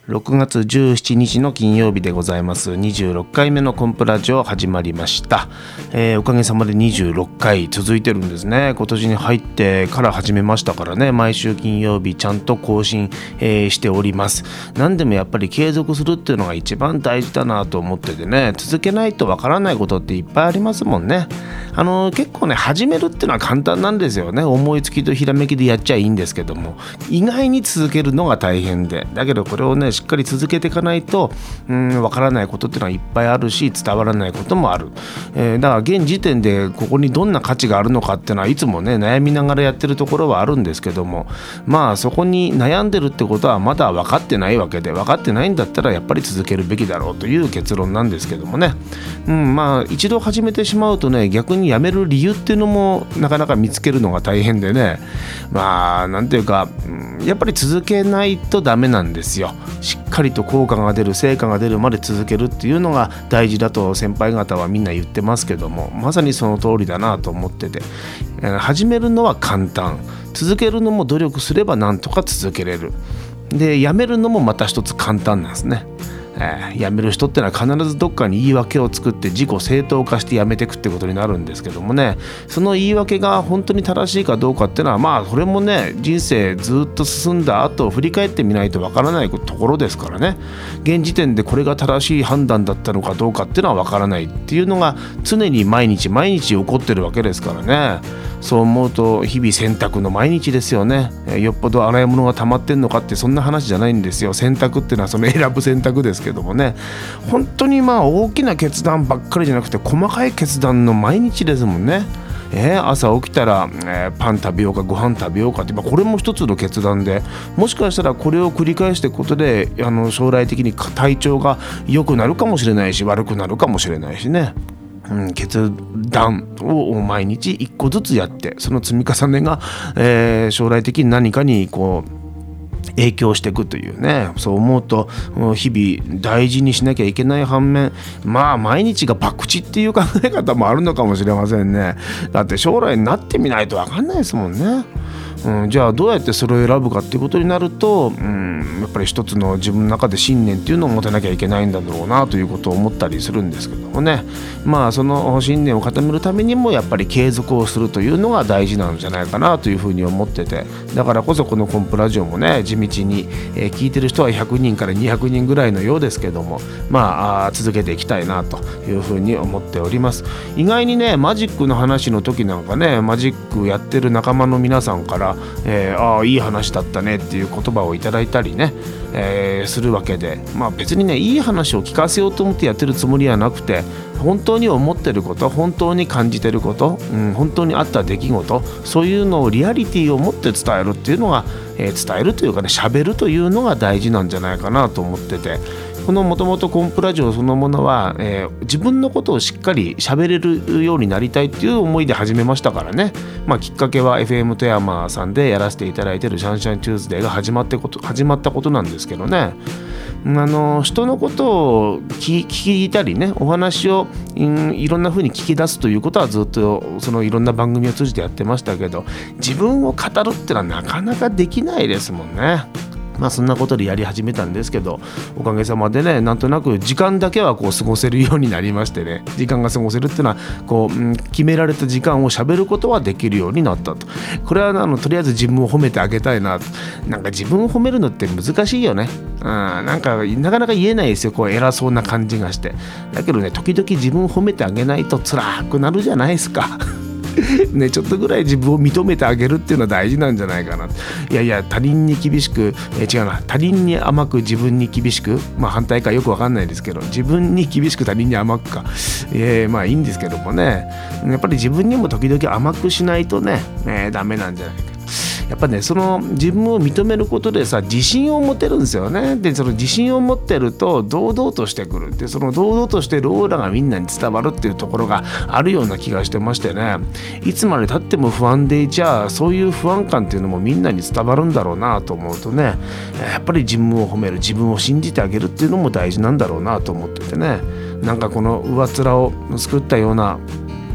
6月17日の金曜日でございます。26回目のコンプラジオ始まりました。おかげさまで26回続いてるんですね。今年に入ってから始めましたからね、毎週金曜日ちゃんと更新、しております。何でもやっぱり継続するっていうのが一番大事だなと思っててね、続けないとわからないことっていっぱいありますもんね。結構ね、始めるっていうのは簡単なんですよね。思いつきとひらめきでやっちゃいいんですけども、意外に続けるのが大変で、だけどこれをねしっかり続けていかないとわからないことっていうのはいっぱいあるし、伝わらないこともある。だから現時点でここにどんな価値があるのかっていうのはいつもね悩みながらやってるところはあるんですけども、まあそこに悩んでるってことはまだ分かってないわけで、分かってないんだったらやっぱり続けるべきだろうという結論なんですけどもね。まあ一度始めてしまうとね、逆にやめる理由っていうのもなかなか見つけるのが大変でね、まあなんていうか、やっぱり続けないとダメなんですよ。しっかりと効果が出る、成果が出るまで続けるっていうのが大事だと先輩方はみんな言ってますけども、まさにその通りだなと思ってて、始めるのは簡単、続けるのも努力すればなんとか続けれる。で、やめるのもまた一つ簡単なんですね。やめる人ってのは必ずどっかに言い訳を作って自己正当化してやめていくってことになるんですけどもね、その言い訳が本当に正しいかどうかっていうのは、まあそれもね人生ずっと進んだ後振り返ってみないとわからないところですからね。現時点でこれが正しい判断だったのかどうかっていうのはわからないっていうのが常に毎日起こってるわけですからね。そう思うと日々選択の毎日ですよね。よっぽど洗い物が溜まってんのかってそんな話じゃないんですよ。選択っていうのはその選ぶ選択ですけどもね、本当にまあ大きな決断ばっかりじゃなくて細かい決断の毎日ですもんね。朝起きたら、パン食べようかご飯食べようかって、これも一つの決断で、もしかしたらこれを繰り返していくことで将来的に体調が良くなるかもしれないし悪くなるかもしれないしね。決断を毎日一個ずつやって、その積み重ねが、将来的に何かにこう影響していくというね。そう思うと日々大事にしなきゃいけない反面、まあ毎日が博打っていう考え方もあるのかもしれませんね。だって将来になってみないと分かんないですもんね。じゃあどうやってそれを選ぶかっていうことになると、やっぱり一つの自分の中で信念っていうのを持たなきゃいけないんだろうなということを思ったりするんですけどもね。まあその信念を固めるためにもやっぱり継続をするというのが大事なんじゃないかなというふうに思ってて、だからこそこのコンプラジオもね地道に、聞いてる人は100人から200人ぐらいのようですけども、まあ続けていきたいなというふうに思っております。意外にねマジックの話の時なんかね、マジックやってる仲間の皆さんからいい話だったねっていう言葉をいただいたりね、するわけで、別にねいい話を聞かせようと思ってやってるつもりはなくて、本当に思ってること、本当に感じてること、本当にあった出来事、そういうのをリアリティを持って伝えるっていうのが、伝えるというかね、喋るというのが大事なんじゃないかなと思ってて、このもともとコンプラジオそのものは、自分のことをしっかり喋れるようになりたいっていう思いで始めましたからね。きっかけは FM 富山さんでやらせていただいているシャンシャンチューズデーが始まったことなんですけどね。人のことを聞いたりね、お話をいろんな風に聞き出すということはずっとそのいろんな番組を通じてやってましたけど、自分を語るってのはなかなかできないですもんね。そんなことでやり始めたんですけど、おかげさまでね、なんとなく時間だけはこう過ごせるようになりましてね、時間が過ごせるっていうのはこう、決められた時間を喋ることはできるようになったと。これはとりあえず自分を褒めてあげたいなと。なんか自分を褒めるのって難しいよね。なんかなかなか言えないですよ、こう偉そうな感じがして。だけどね、時々自分を褒めてあげないと辛くなるじゃないですかね、ちょっとぐらい自分を認めてあげるっていうのは大事なんじゃないかな。いや他人に厳しく、違うな、他人に甘く自分に厳しく、反対かよく分かんないですけど、自分に厳しく他人に甘くか、いいんですけどもね、やっぱり自分にも時々甘くしないとね、ダメなんじゃないか。やっぱね、その自分を認めることでさ、自信を持てるんですよね。でその自信を持ってると堂々としてくるって、その堂々としてるオーラがみんなに伝わるっていうところがあるような気がしてましてね、いつまで経っても不安でいちゃ、そういう不安感っていうのもみんなに伝わるんだろうなと思うとね、やっぱり自分を褒める、自分を信じてあげるっていうのも大事なんだろうなと思っててね、なんかこの上っ面を作ったような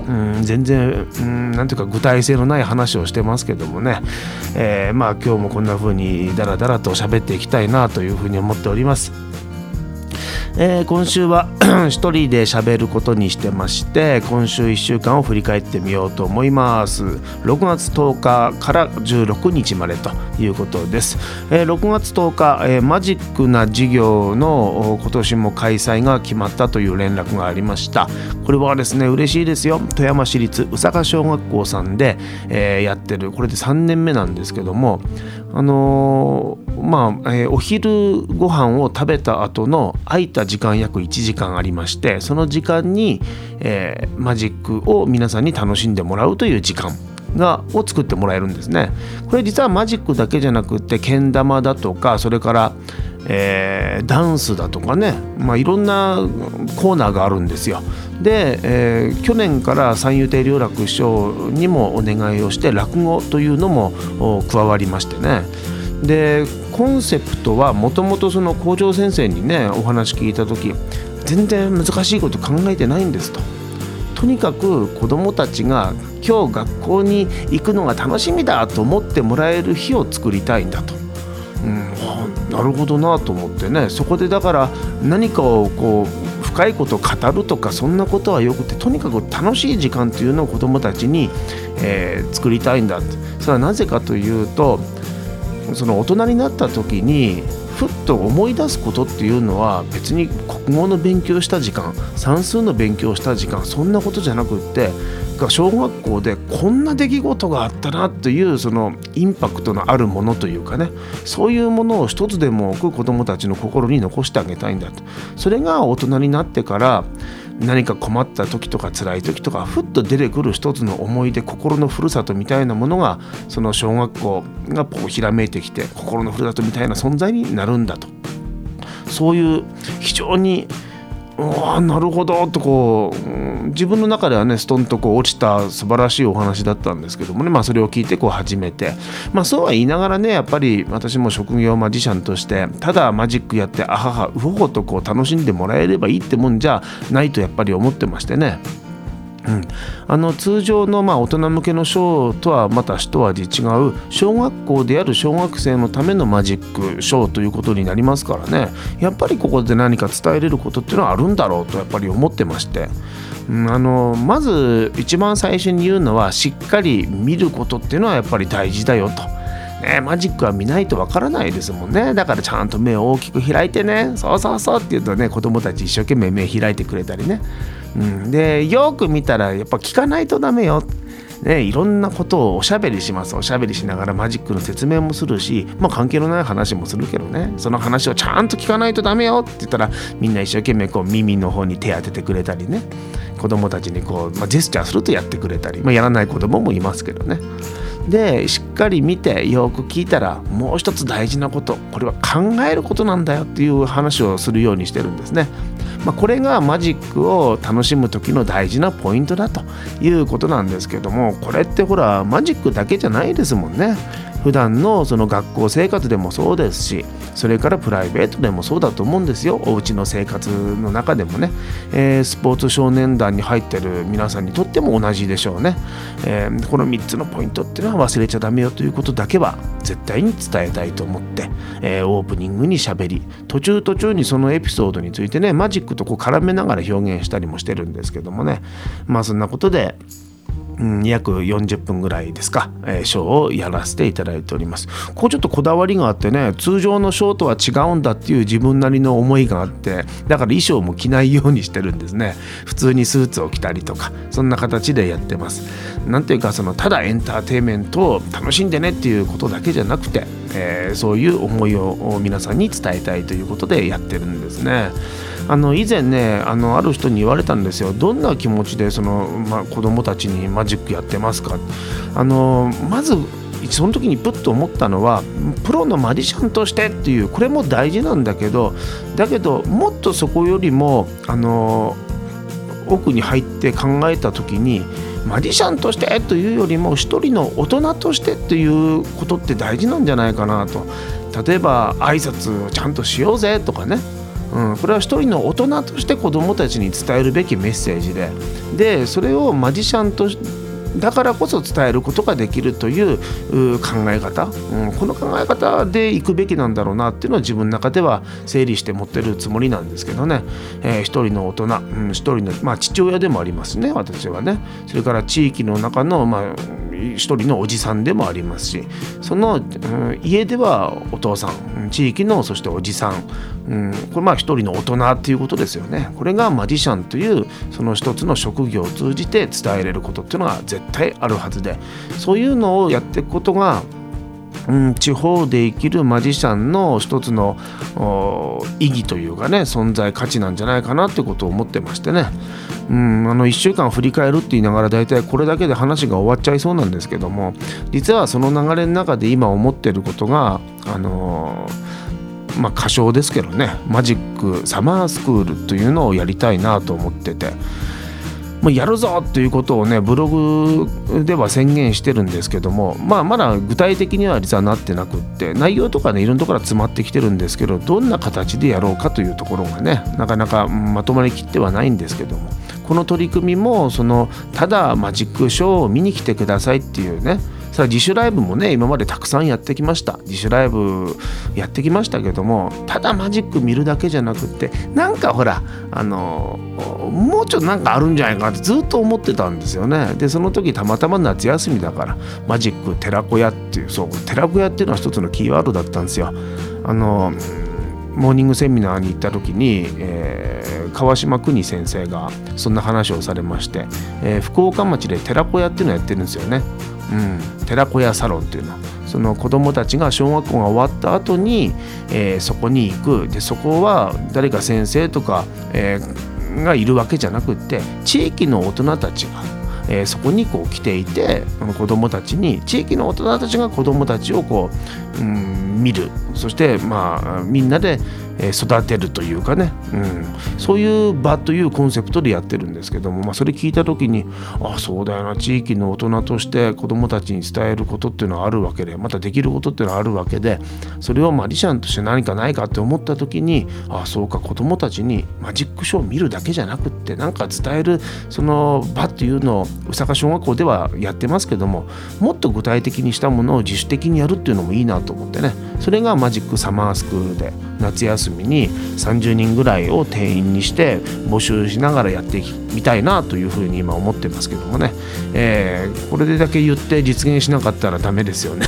全然なんていうか具体性のない話をしてますけどもね、今日もこんな風にダラダラと喋っていきたいなというふうに思っております。今週は一人で喋ることにしてまして、今週1週間を振り返ってみようと思います。6月10日から16日までということです。6月10日、マジックな授業の今年も開催が決まったという連絡がありました。これはですね嬉しいですよ。富山市立宇坂小学校さんで、やってる、これで3年目なんですけども、お昼ご飯を食べた後の空いた時間約1時間ありまして、その時間に、マジックを皆さんに楽しんでもらうという時間を作ってもらえるんですね。これ実はマジックだけじゃなくてけん玉だとか、それから、ダンスだとかね、いろんなコーナーがあるんですよ。で、去年から三遊亭龍楽師匠にもお願いをして落語というのも加わりましてね。でコンセプトはもともとその校長先生にねお話聞いた時、全然難しいこと考えてないんですと。とにかく子どもたちが今日学校に行くのが楽しみだと思ってもらえる日を作りたいんだと。なるほどなと思ってね。そこでだから何かをこう深いことを語るとかそんなことはよくて、とにかく楽しい時間というのを子どもたちに、作りたいんだって。それはなぜかというと、その大人になった時にふっと思い出すことっていうのは別に国語の勉強した時間、算数の勉強した時間、そんなことじゃなくって、小学校でこんな出来事があったなというそのインパクトのあるものというかね、そういうものを一つでも多く子どもたちの心に残してあげたいんだと。それが大人になってから何か困った時とか辛い時とかふっと出てくる一つの思い出、心のふるさとみたいなものがその小学校がこうひらめいてきて心のふるさとみたいな存在になるんだと。そういう非常になるほどとこう、自分の中ではねストンとこう落ちた素晴らしいお話だったんですけどもね、それを聞いてこう始めて、そうは言いながらね、やっぱり私も職業マジシャンとしてただマジックやってあははうほほとこう楽しんでもらえればいいってもんじゃないとやっぱり思ってましてね。通常の大人向けのショーとはまた一味違う小学校である小学生のためのマジックショーということになりますからね、やっぱりここで何か伝えれることっていうのはあるんだろうとやっぱり思ってまして、まず一番最初に言うのはしっかり見ることっていうのはやっぱり大事だよと。マジックは見ないとわからないですもんね。だからちゃんと目を大きく開いてね、そうそうそうって言うとね、子供たち一生懸命目開いてくれたりね、でよく見たらやっぱ聞かないとダメよ、いろんなことをおしゃべりします。おしゃべりしながらマジックの説明もするし、関係のない話もするけどね、その話をちゃんと聞かないとダメよって言ったらみんな一生懸命こう耳の方に手当ててくれたりね、子供たちにこう、ジェスチャーするとやってくれたり、やらない子供もいますけどね。でしっかり見てよく聞いたらもう一つ大事なこと、これは考えることなんだよっていう話をするようにしてるんですね。これがマジックを楽しむ時の大事なポイントだということなんですけども、これってほらマジックだけじゃないですもんね。普段のその学校生活でもそうですし、それからプライベートでもそうだと思うんですよ。お家の生活の中でもね、スポーツ少年団に入ってる皆さんにとっても同じでしょうね。この3つのポイントっていうのは忘れちゃダメよということだけは絶対に伝えたいと思って、オープニングに喋り、途中にそのエピソードについてねマジックとこう絡めながら表現したりもしてるんですけどもね、そんなことで約40分ぐらいですか、ショーをやらせていただいております。こうちょっとこだわりがあってね、通常のショーとは違うんだっていう自分なりの思いがあって、だから衣装も着ないようにしてるんですね。普通にスーツを着たりとかそんな形でやってます。なんていうかただエンターテインメントを楽しんでねっていうことだけじゃなくて、そういう思いを皆さんに伝えたいということでやってるんですね。以前ねある人に言われたんですよ。どんな気持ちで子供たちにマジックやってますか。まずその時にプッと思ったのは、プロのマジシャンとしてっていう、これも大事なんだけどもっとそこよりも奥に入って考えた時に、マジシャンとしてというよりも一人の大人としてっていうことって大事なんじゃないかなと。例えば挨拶をちゃんとしようぜとかね、 これは一人の大人として子どもたちに伝えるべきメッセージで、それをマジシャンとだからこそ伝えることができるという考え方、この考え方でいくべきなんだろうなっていうのは自分の中では整理して持ってるつもりなんですけどね。一人の大人、一人の、父親でもありますね、私はね。それから地域の中の、一人のおじさんでもありますし、その、家ではお父さん、地域のそしておじさん、これ一人の大人っていうことですよね。これがマジシャンというその一つの職業を通じて伝えれることっていうのが絶対あるはずで、そういうのをやっていくことが地方で生きるマジシャンの一つの意義というかね、存在価値なんじゃないかなってことを思ってましてね。1週間振り返るって言いながら大体これだけで話が終わっちゃいそうなんですけども、実はその流れの中で今思ってることが仮称ですけどね、マジックサマースクールというのをやりたいなと思ってて、やるぞということをねブログでは宣言してるんですけども、まだ具体的には実はなってなくって、内容とかねいろんなところから詰まってきてるんですけど、どんな形でやろうかというところがねなかなかまとまりきってはないんですけども、この取り組みもただマジックショーを見に来てくださいっていうね、さあ自主ライブもね今までたくさんやってきました。自主ライブやってきましたけども、ただマジック見るだけじゃなくって、なんかほらもうちょっとなんかあるんじゃないかなってずっと思ってたんですよね。でその時たまたま夏休みだからマジック寺子屋っていう、寺子屋っていうのは一つのキーワードだったんですよ。モーニングセミナーに行った時に、川島邦先生がそんな話をされまして、福岡町で寺子屋っていうのをやってるんですよね。寺子屋サロンっていうの、その子どもたちが小学校が終わった後に、そこに行く。でそこは誰か先生とか、がいるわけじゃなくって、地域の大人たちが、そこに来ていて、子どもたちに、地域の大人たちが子どもたちを見る、そしてみんなで育てるというかね、そういう場というコンセプトでやってるんですけども、それ聞いた時にそうだよな、地域の大人として子どもたちに伝えることっていうのはあるわけで、またできることっていうのはあるわけで、それをマジシャンとして何かないかって思った時に、そうか、子どもたちにマジックショーを見るだけじゃなくって、なんか伝えるその場っていうのを宇佐川小学校ではやってますけども、もっと具体的にしたものを自主的にやるっていうのもいいなと思ってね、それがマジックサマースクールで夏休みに30人ぐらいを定員にして募集しながらやってみたいなというふうに今思ってますけどもね、これだけ言って実現しなかったらダメですよね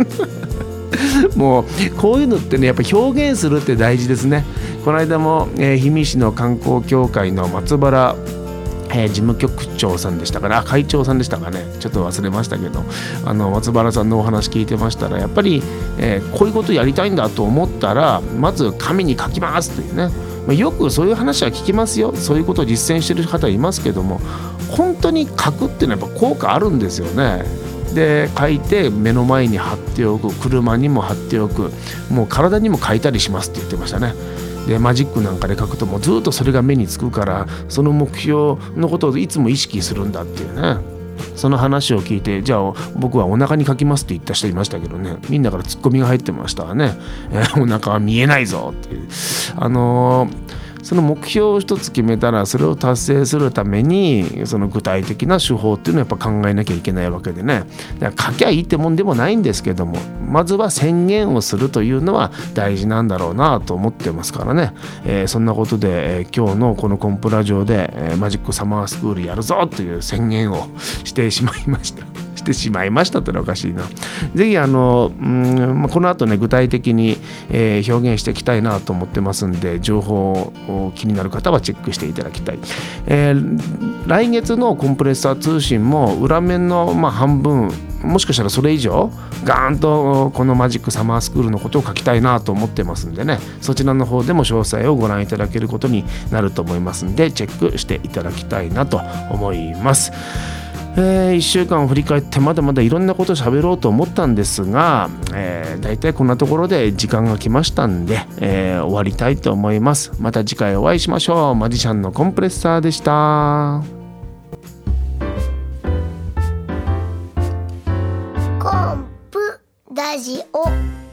もうこういうのってねやっぱ表現するって大事ですね。この間も、氷見市の観光協会の松原事務局長さんでしたかね、会長さんでしたかね、ちょっと忘れましたけど、松原さんのお話聞いてましたら、やっぱり、こういうことやりたいんだと思ったらまず紙に書きますというね、よくそういう話は聞きますよ。そういうことを実践している方いますけども、本当に書くっていうのはやっぱ効果あるんですよね。で書いて目の前に貼っておく、車にも貼っておく、もう体にも書いたりしますって言ってましたね。でマジックなんかで書くともうずっとそれが目につくから、その目標のことをいつも意識するんだっていうね、その話を聞いて、じゃあ僕はお腹に書きますって言った人いましたけどね、みんなからツッコミが入ってましたね。お腹は見えないぞっていう、その目標を一つ決めたらそれを達成するためにその具体的な手法っていうのをやっぱ考えなきゃいけないわけでね、だから書きゃいいってもんでもないんですけども、まずは宣言をするというのは大事なんだろうなと思ってますからね、そんなことで、今日のこのコンプラ上で、マジックサマースクールやるぞという宣言をしてしまいましたってのはおかしいな。ぜひこの後ね具体的に、表現していきたいなと思ってますんで、情報を気になる方はチェックしていただきたい。来月のコンプレッサー通信も裏面の半分、もしかしたらそれ以上ガーンとこのマジックサマースクールのことを書きたいなと思ってますんでね、そちらの方でも詳細をご覧いただけることになると思いますんで、チェックしていただきたいなと思います。1週間を振り返ってまだまだいろんなことを喋ろうと思ったんですが、だいたいこんなところで時間が来ましたんで、終わりたいと思います。また次回お会いしましょう。マジシャンのコンプレッサーでした。 コンプラジオ